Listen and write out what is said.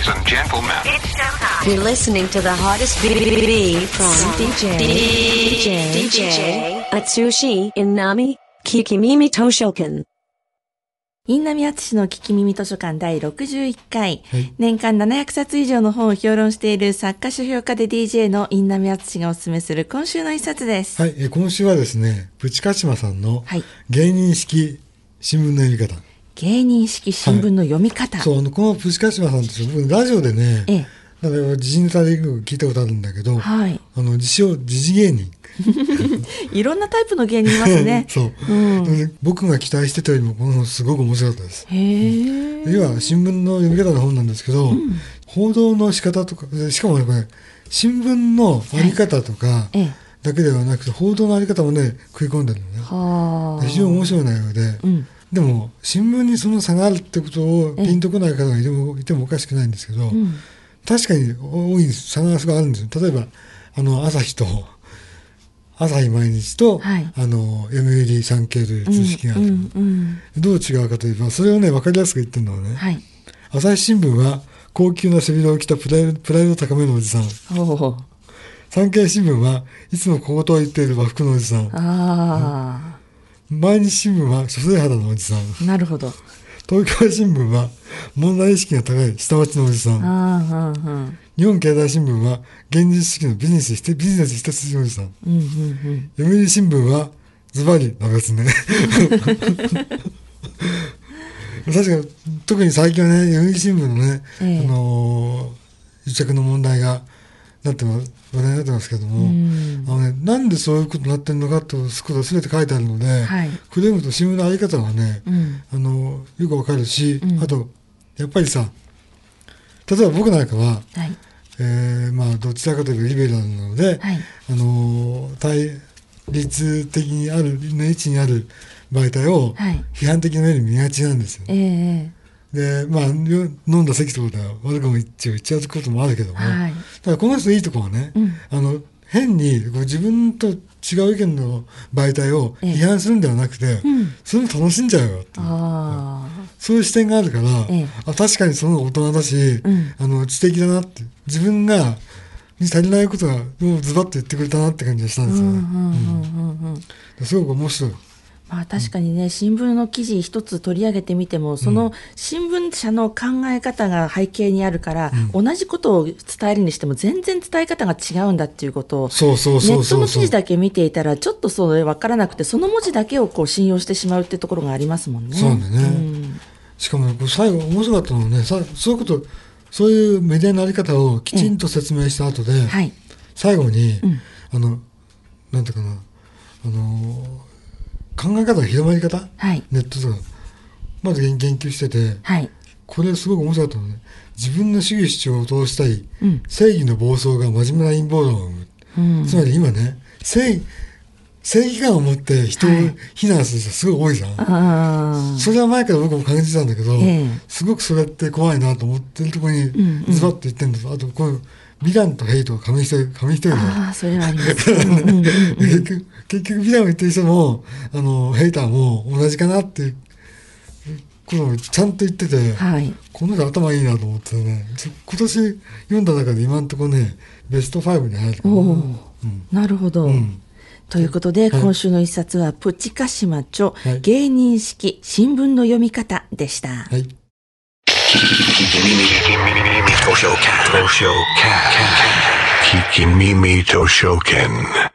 Ladies and gentlemen, It's showtime. You're listening to the hottest BBB from DJ Atsushi Inami Kikimimi Toshokan。 印南敦の聞き耳図書館第61回、 はい、 年間700冊以上の本を評論している作家書評家で DJ の印南敦がおすすめする今週の一冊です。 はい、今週はですね、プチカシマさんの芸人式新聞の読み方。 芸人式新聞の読み方。 はい、そう、このプチカシマさんって僕ラジオでね、だから時事ネタで聞いたことあるんだけど、 はい、 自称時事芸人。 いろんなタイプの芸人いますね。 そう、僕が期待してたよりもこの本すごく面白かったです。要は新聞の読み方の本なんですけど、報道の仕方とか、しかもねこれ新聞のあり方とかだけではなくて、報道のあり方もね食い込んでるのね。非常に面白い内容で、でも新聞にその差があるってことをピンとこない方がいてもおかしくないんですけど、確かに多い差がすごいあるんですよ。例えば朝日毎日と、読売産経という図式がある、どう違うかといえば、それをね分かりやすく言ってるのはね、朝日新聞は高級な背広を着たプライド高めのおじさん、産経新聞はいつも小言を言っている和服のおじさん、毎日新聞は書生肌のおじさん、なるほど。東京新聞は問題意識が高い下町のおじさん、日本経済新聞は現実主義のビジネス一筋のおじさん、読売新聞はズバリな別ね。確かに特に最近はね、読売新聞のね、癒着の問題が話題になってますけども、なんでそういうことになってるのかということが全て書いてあるので、クレームと新聞のあり方がね、よくわかるし、あとやっぱりさ、例えば僕なんかは、どちらかというとリベラルなので、対立的にある位置にある媒体を批判的な目に見がちなんですよ。で、飲んだ席とかでは悪くも言っちゃうこともあるけども、ただこの人いいところはね、変に自分と違う意見の媒体を批判するんではなくて、それも楽しんじゃうよっていう、そういう視点があるから、確かにその大人だし、知的だなって、自分がに足りないことがズバッと言ってくれたなって感じがしたんですよね。すごく面白い。 確かにね、新聞の記事一つ取り上げてみても、その新聞社の考え方が背景にあるから、同じことを伝えるにしても全然伝え方が違うんだっていうことを、ネットの記事だけ見ていたらちょっとそれ分からなくて、その文字だけを信用してしまうってところがありますもんね。 そうだね、しかも最後面白かったのはね、そういうメディアのあり方をきちんと説明した後で、最後に、なんていうかな、考え方の広まり方、ネットとかまず言及してて、これすごく面白かったのね。自分の主義主張を通したい、正義の暴走が真面目な陰謀論を生む、つまり今ね、正義感を持って人を非難する人すごい多いじゃん。それは前から僕も感じてたんだけど、すごくそれって怖いなと思ってるところにズバッと言ってるんです。あとこうヴィランとヘイトが紙一重だ。 それはあります。 結局ヴィランを言ってる人もヘイターも同じかなっていうことをちゃんと言ってて、この人頭いいなと思ってね、今年読んだ中で今のところねベスト5に入るかな。なるほど、ということで、今週の一冊はプチカシマ著、芸人式新聞の読み方でした。 Kikimimi Toshoken.